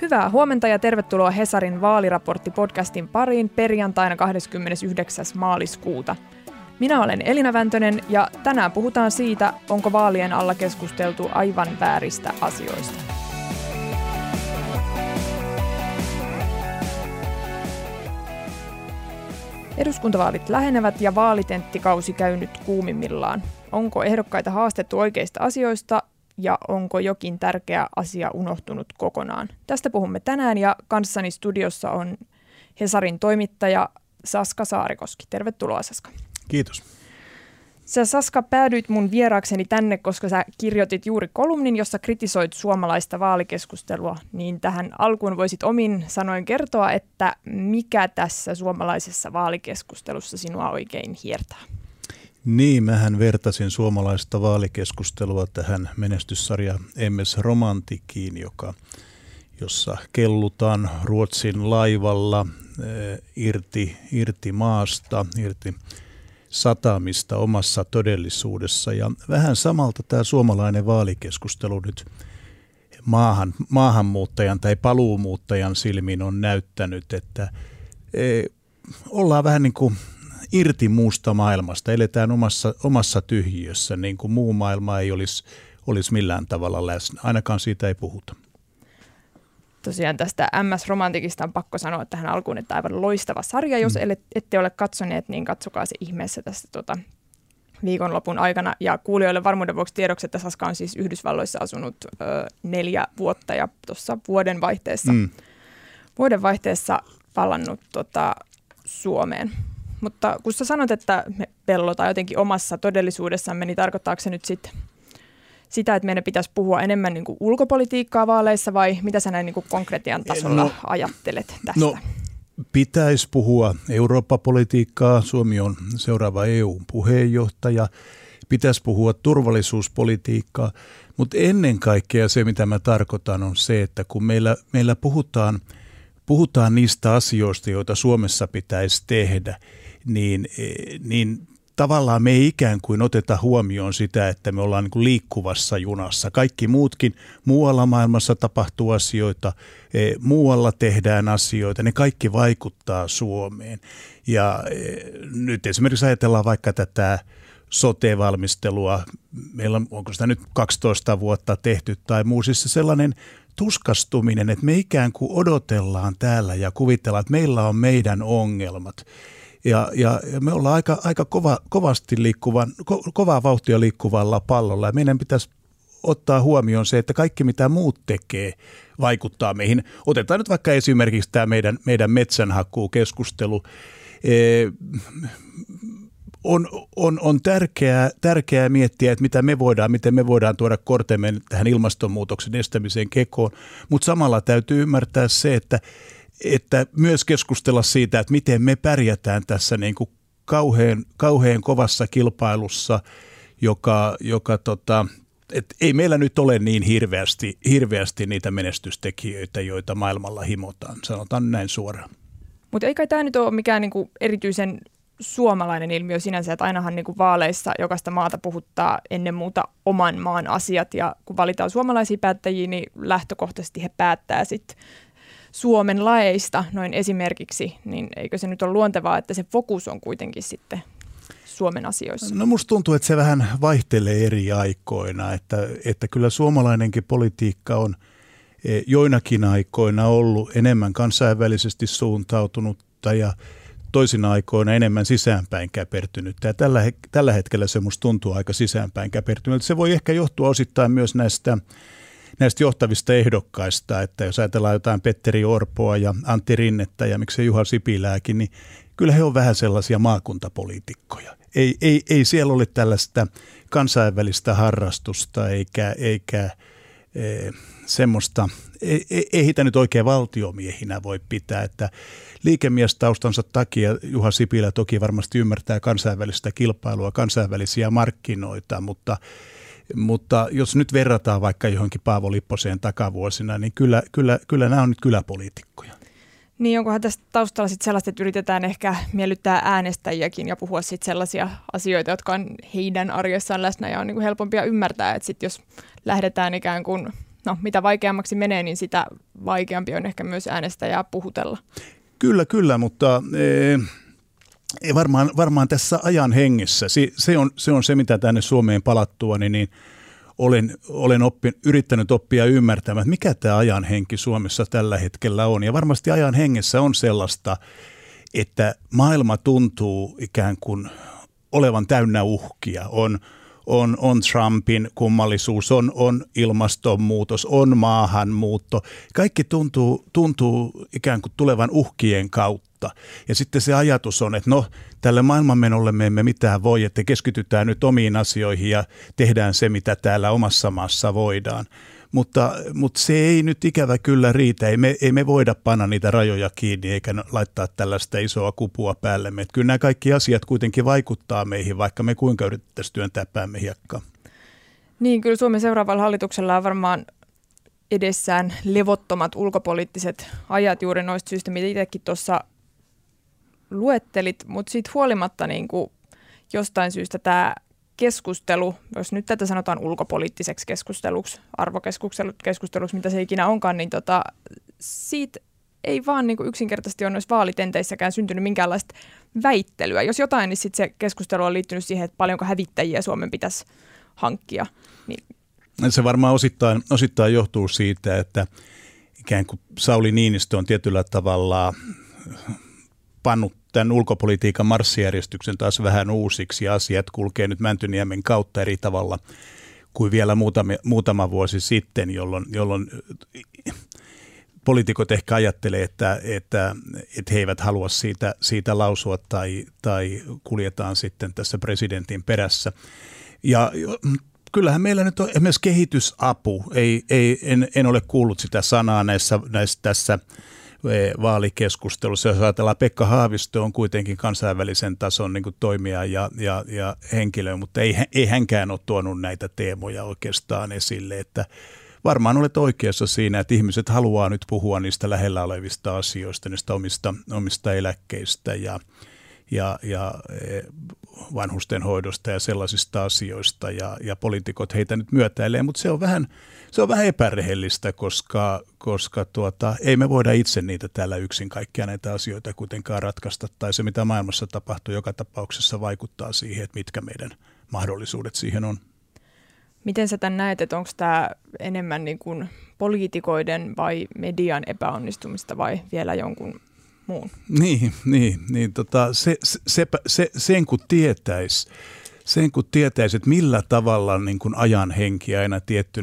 Hyvää huomenta ja tervetuloa Hesarin vaaliraportti-podcastin pariin perjantaina 29. maaliskuuta. Minä olen Elina Väntönen ja tänään puhutaan siitä, onko vaalien alla keskusteltu aivan vääristä asioista. Eduskuntavaalit lähenevät ja vaalitenttikausi käy nyt kuumimmillaan. Onko ehdokkaita haastettu oikeista asioista ja onko jokin tärkeä asia unohtunut kokonaan? Tästä puhumme tänään ja kanssani studiossa on Hesarin toimittaja Saska Saarikoski. Tervetuloa, Saska. Kiitos. Sä, Saska, päädyit mun vieraakseni tänne, koska sä kirjoitit juuri kolumnin, jossa kritisoit suomalaista vaalikeskustelua. Niin tähän alkuun voisit omin sanoin kertoa, että mikä tässä suomalaisessa vaalikeskustelussa sinua oikein hiertää? Niin, mähän vertasin suomalaista vaalikeskustelua tähän menestyssarja MS Romantikiin, jossa kellutaan Ruotsin laivalla irti maasta, irti satamista omassa todellisuudessa. Ja vähän samalta tämä suomalainen vaalikeskustelu nyt maahanmuuttajan tai paluumuuttajan silmin on näyttänyt, että ollaan vähän niin kuin irti muusta maailmasta, eletään omassa tyhjiössä, niin kuin muu maailma ei olisi millään tavalla läsnä, ainakaan siitä ei puhuta. Tosiaan tästä MS Romantikista on pakko sanoa tähän alkuun, että aivan loistava sarja. Jos ette ole katsoneet, niin katsokaa se ihmeessä tästä viikonlopun aikana. Ja kuulijoille varmuuden vuoksi tiedoksi, että Saska on siis Yhdysvalloissa asunut 4 vuotta ja tuossa vuodenvaihteessa palannut Suomeen. Mutta kun sä sanot, että me pellotaan jotenkin omassa todellisuudessamme, niin tarkoittaako se nyt sitten sitä, että meidän pitäisi puhua enemmän niin kuin ulkopolitiikkaa vaaleissa vai mitä sä näin niin kuin konkretian tasolla ajattelet tästä? No, pitäisi puhua Eurooppa-politiikkaa. Suomi on seuraava EU-puheenjohtaja. Pitäisi puhua turvallisuuspolitiikkaa, mutta ennen kaikkea se, mitä mä tarkoitan, on se, että kun meillä puhutaan niistä asioista, joita Suomessa pitäisi tehdä, niin tavallaan me ei ikään kuin oteta huomioon sitä, että me ollaan niin kuin liikkuvassa junassa. Kaikki muutkin, muualla maailmassa tapahtuu asioita, muualla tehdään asioita, ne kaikki vaikuttaa Suomeen. Ja nyt esimerkiksi ajatellaan vaikka tätä sote-valmistelua, meillä onko sitä nyt 12 vuotta tehty tai muu, siis sellainen tuskastuminen, että me ikään kuin odotellaan täällä ja kuvitellaan, että meillä on meidän ongelmat. Ja me ollaan aika kovaa vauhtia liikkuvalla pallolla ja meidän pitäisi ottaa huomioon se, että kaikki mitä muut tekee vaikuttaa meihin. Otetaan nyt vaikka esimerkiksi tämä meidän metsänhakkuukeskustelu. On tärkeää miettiä, että miten me voidaan tuoda kortemme tähän ilmastonmuutoksen estämiseen kekoon, mutta samalla täytyy ymmärtää se, että myös keskustella siitä, että miten me pärjätään tässä niin kuin kauhean kovassa kilpailussa, että ei meillä nyt ole niin hirveästi niitä menestystekijöitä, joita maailmalla himotaan, sanotaan näin suoraan. Mutta ei kai tämä nyt ole mikään niinku erityisen suomalainen ilmiö sinänsä, että ainahan niinku vaaleissa jokaista maata puhuttaa ennen muuta oman maan asiat, ja kun valitaan suomalaisia päättäjiä, niin lähtökohtaisesti he päättää sitten Suomen laeista noin esimerkiksi, niin eikö se nyt ole luontevaa, että se fokus on kuitenkin sitten Suomen asioissa? No musta tuntuu, että se vähän vaihtelee eri aikoina, että kyllä suomalainenkin politiikka on joinakin aikoina ollut enemmän kansainvälisesti suuntautunutta ja toisina aikoina enemmän sisäänpäin käpertynyttä. Ja tällä hetkellä se musta tuntuu aika sisäänpäin käpertynyt. Se voi ehkä johtua osittain myös näistä johtavista ehdokkaista, että jos ajatellaan jotain Petteri Orpoa ja Antti Rinnettä ja miksei Juha Sipilääkin, niin kyllä he on vähän sellaisia maakuntapoliitikkoja. Ei siellä ole tällaista kansainvälistä harrastusta eikä semmoista, ei heitä nyt oikein valtiomiehinä voi pitää, että liikemiestaustansa takia Juha Sipilä toki varmasti ymmärtää kansainvälistä kilpailua, kansainvälisiä markkinoita, mutta jos nyt verrataan vaikka johonkin Paavo Lipposeen takavuosina, niin kyllä nämä on nyt kyläpoliitikkoja. Niin onkohan tässä taustalla sitten sellaista, että yritetään ehkä miellyttää äänestäjiäkin ja puhua sitten sellaisia asioita, jotka on heidän arjessaan läsnä ja on niin kuin helpompia ymmärtää, että sitten jos lähdetään ikään kuin no, mitä vaikeammaksi menee, niin sitä vaikeampi on ehkä myös äänestäjää puhutella. Kyllä, mutta varmaan tässä ajan hengessä, se on se, mitä tänne Suomeen palattua, niin olen yrittänyt oppia ymmärtämään, että mikä tämä ajan henki Suomessa tällä hetkellä on. Ja varmasti ajan hengessä on sellaista, että maailma tuntuu ikään kuin olevan täynnä uhkia. On Trumpin kummallisuus, on ilmastonmuutos, on maahanmuutto. Kaikki tuntuu ikään kuin tulevan uhkien kautta. Ja sitten se ajatus on, että no, tälle maailmanmenolle me emme mitään voi, että keskitytään nyt omiin asioihin ja tehdään se, mitä täällä omassa maassa voidaan. Mutta se ei nyt ikävä kyllä riitä. Ei me voida panna niitä rajoja kiinni eikä laittaa tällaista isoa kupua päällemme. Että kyllä nämä kaikki asiat kuitenkin vaikuttaa meihin, vaikka me kuinka yritettäisiin työntää päämme hiekkaan. Niin, kyllä Suomen seuraavalla hallituksella on varmaan edessään levottomat ulkopoliittiset ajat juuri noista syistä, mitä itsekin tuossa luettelit. Mutta siitä huolimatta niin kuin jostain syystä tämä keskustelu, jos nyt tätä sanotaan ulkopoliittiseksi keskusteluksi, arvokeskusteluksi, mitä se ikinä onkaan, niin siitä ei vaan niin kuin yksinkertaisesti ole noissa vaalitenteissäkään syntynyt minkäänlaista väittelyä. Jos jotain, niin sitten se keskustelu on liittynyt siihen, että paljonko hävittäjiä Suomen pitäisi hankkia. Niin. Se varmaan osittain johtuu siitä, että ikään kuin Sauli Niinistö on tietyllä tavalla pannut tämän ulkopolitiikan marssijärjestyksen taas vähän uusiksi ja asiat kulkee nyt Mäntyniemen kautta eri tavalla kuin vielä muutama vuosi sitten, jolloin poliitikot ehkä ajattelee, että he eivät halua siitä lausua tai kuljetaan sitten tässä presidentin perässä. Ja kyllähän meillä nyt on esimerkiksi kehitysapu, en ole kuullut sitä sanaa tässä vaalikeskustelussa. Jos ajatellaan, Pekka Haavisto on kuitenkin kansainvälisen tason niin kuin toimija ja henkilö, mutta ei hänkään ole tuonut näitä teemoja oikeastaan esille. Että varmaan olet oikeassa siinä, että ihmiset haluaa nyt puhua niistä lähellä olevista asioista, niistä omista eläkkeistä ja vanhusten hoidosta ja sellaisista asioista, ja poliitikot heitä nyt myötäilee, mutta se on vähän epärehellistä, koska ei me voida itse niitä täällä yksin kaikkia näitä asioita kuitenkaan ratkaista, tai se mitä maailmassa tapahtuu joka tapauksessa vaikuttaa siihen, että mitkä meidän mahdollisuudet siihen on. Miten sä tämän näet, että onko tämä enemmän niin kuin poliitikoiden vai median epäonnistumista vai vielä jonkun muun? Sen kun tietäisi, että millä tavalla niin kuin ajan henki aina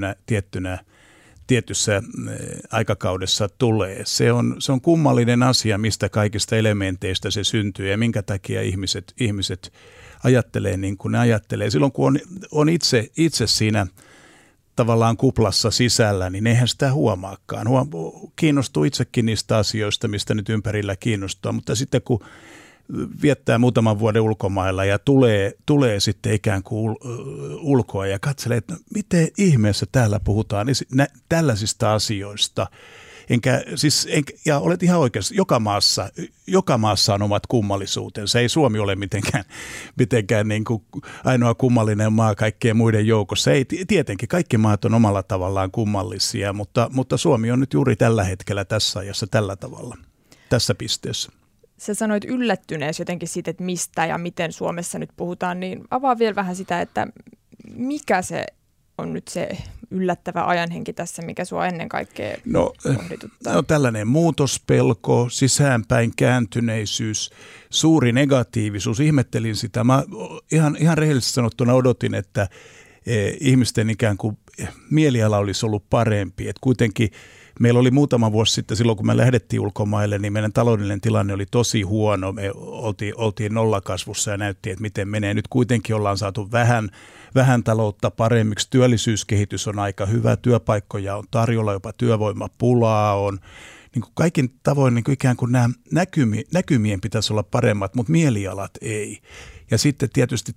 tietyssä aikakaudessa tulee. Se on kummallinen asia, mistä kaikista elementeistä se syntyy ja minkä takia ihmiset ajattelee niin kuin ne ajattelee. Silloin kun on itse siinä tavallaan kuplassa sisällä, niin eihän sitä huomaakaan. Kiinnostuu itsekin niistä asioista, mistä nyt ympärillä kiinnostaa, mutta sitten kun viettää muutaman vuoden ulkomailla ja tulee sitten ikään kuin ulkoa ja katselee, että miten ihmeessä täällä puhutaan tällaisista asioista. Ja olet ihan oikeassa, joka maassa on omat kummallisuutensa. Ei Suomi ole mitenkään niin kuin ainoa kummallinen maa kaikkien muiden joukossa. Ei, tietenkin kaikki maat on omalla tavallaan kummallisia, mutta Suomi on nyt juuri tällä hetkellä tässä ajassa tällä tavalla, tässä pisteessä. Sä sanoit yllättyneesi jotenkin siitä, että mistä ja miten Suomessa nyt puhutaan, niin avaa vielä vähän sitä, että mikä se on nyt se yllättävä ajanhenki tässä, mikä sua ennen kaikkea pohdituttaa? No tällainen muutospelko, sisäänpäin kääntyneisyys, suuri negatiivisuus. Ihmettelin sitä. Mä ihan rehellisesti sanottuna odotin, että ihmisten ikään kuin mieliala olisi ollut parempi. Et kuitenkin meillä oli muutama vuosi sitten, silloin kun me lähdettiin ulkomaille, niin meidän taloudellinen tilanne oli tosi huono. Me oltiin nollakasvussa ja näytti, että miten menee. Nyt kuitenkin ollaan saatu vähän taloutta paremmiksi. Työllisyyskehitys on aika hyvä, työpaikkoja on tarjolla, jopa työvoimapulaa on. Niin kuin kaikin tavoin niin kuin ikään kuin nämä näkymien pitäisi olla paremmat, mutta mielialat ei. Ja sitten tietysti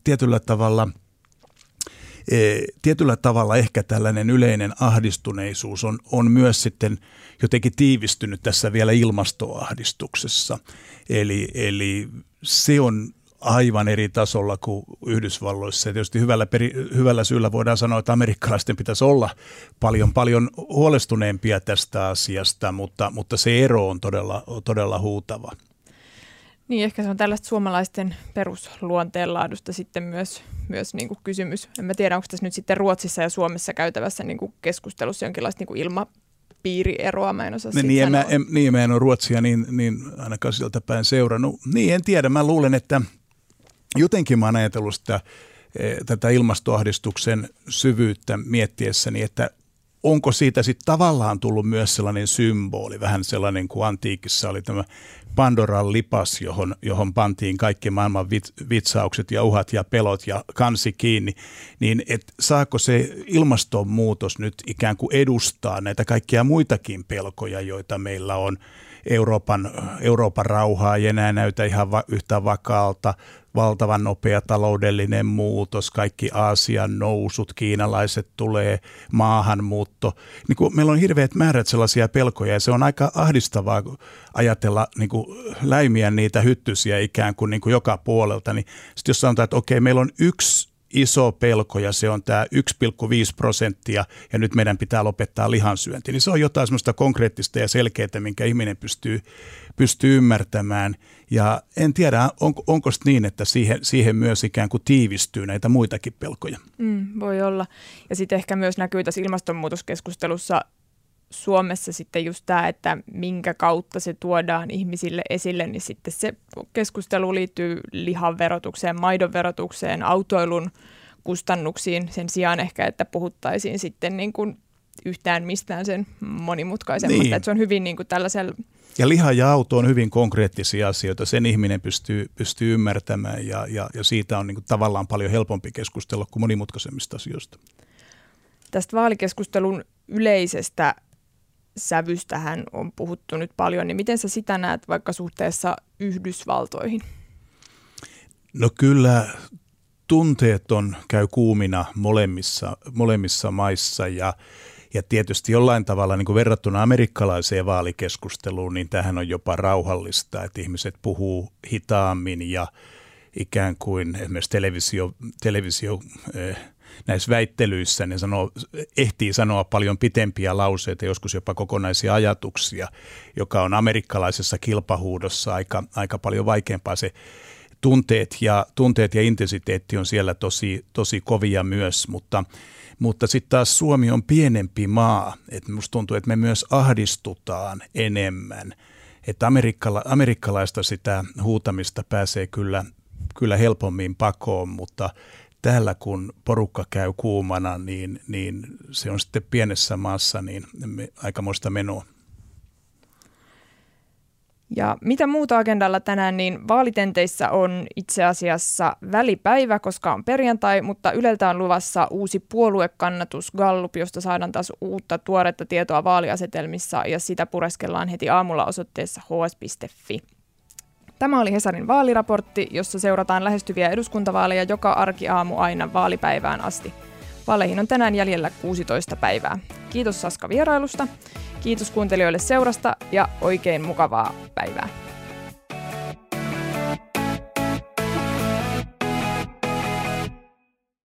tietyllä tavalla ehkä tällainen yleinen ahdistuneisuus on myös sitten jotenkin tiivistynyt tässä vielä ilmastoahdistuksessa. Eli se on aivan eri tasolla kuin Yhdysvalloissa. Ja tietysti hyvällä syyllä voidaan sanoa, että amerikkalaisten pitäisi olla paljon huolestuneempia tästä asiasta, mutta se ero on todella huutava. Niin, ehkä se on tällaista suomalaisten perusluonteenlaadusta sitten myös niin kuin kysymys. En mä tiedä, onko tässä nyt sitten Ruotsissa ja Suomessa käytävässä niin kuin keskustelussa jonkinlaista niin kuin ilmapiirieroa, mä en osaa sanoa. Mä en ole Ruotsia niin ainakaan sieltä päin seurannut. Niin, en tiedä. Mä luulen, että jotenkin mä oon ajatellut tätä ilmastoahdistuksen syvyyttä miettiessäni, että onko siitä sitten tavallaan tullut myös sellainen symboli, vähän sellainen kuin antiikissa oli tämä Pandoran lipas, johon pantiin kaikki maailman vitsaukset ja uhat ja pelot ja kansi kiinni, niin et saako se ilmastonmuutos nyt ikään kuin edustaa näitä kaikkia muitakin pelkoja, joita meillä on. Euroopan rauhaa ei enää näytä ihan yhtä vakaalta, valtavan nopea taloudellinen muutos, kaikki Aasian nousut, kiinalaiset tulee, maahanmuutto. Niin kuin meillä on hirveät määrät sellaisia pelkoja ja se on aika ahdistavaa ajatella niin kuin läimiä niitä hyttysiä ikään kuin joka puolelta. Niin sitten jos sanotaan, että okei, meillä on yksi iso pelko ja se on tämä 1,5% ja nyt meidän pitää lopettaa lihansyönti. Niin se on jotain semmoista konkreettista ja selkeää, minkä ihminen pystyy ymmärtämään. Ja en tiedä, onko niin, että siihen myös ikään kuin tiivistyy näitä muitakin pelkoja. Voi olla. Ja sitten ehkä myös näkyy tässä ilmastonmuutoskeskustelussa Suomessa sitten just tämä, että minkä kautta se tuodaan ihmisille esille, niin sitten se keskustelu liittyy lihan verotukseen, maidon verotukseen, autoilun kustannuksiin sen sijaan ehkä, että puhuttaisiin sitten niin kuin yhtään mistään sen monimutkaisemmasta. Niin. Että se on hyvin niin kuin tällaisella. Ja liha ja auto on hyvin konkreettisia asioita, sen ihminen pystyy ymmärtämään ja siitä on niin kuin tavallaan paljon helpompi keskustella kuin monimutkaisemmista asioista. Tästä vaalikeskustelun yleisestä sävystähän on puhuttu nyt paljon, niin miten sä sitä näet vaikka suhteessa Yhdysvaltoihin? No kyllä tunteet käy kuumina molemmissa maissa ja tietysti jollain tavalla niin kuin verrattuna amerikkalaiseen vaalikeskusteluun, niin tämähän on jopa rauhallista, että ihmiset puhuu hitaammin ja ikään kuin esimerkiksi televisio näissä väittelyissä ne ehtii sanoa paljon pitempiä lauseita, joskus jopa kokonaisia ajatuksia, joka on amerikkalaisessa kilpahuudossa aika paljon vaikeampaa. Se tunteet ja intensiteetti on siellä tosi kovia myös, mutta sitten taas Suomi on pienempi maa, että musta tuntuu, että me myös ahdistutaan enemmän, että amerikkalaista sitä huutamista pääsee kyllä helpommin pakoon, mutta täällä kun porukka käy kuumana, niin se on sitten pienessä maassa niin aikamoista menoa. Ja mitä muuta agendalla tänään, niin vaalitenteissä on itse asiassa välipäivä, koska on perjantai, mutta Yleltä on luvassa uusi puoluekannatus Gallup, josta saadaan taas uutta tuoretta tietoa vaaliasetelmissa ja sitä pureskellaan heti aamulla osoitteessa hs.fi. Tämä oli Hesarin vaaliraportti, jossa seurataan lähestyviä eduskuntavaaleja joka arkiaamu aina vaalipäivään asti. Vaaleihin on tänään jäljellä 16 päivää. Kiitos Saska vierailusta, kiitos kuuntelijoille seurasta ja oikein mukavaa päivää.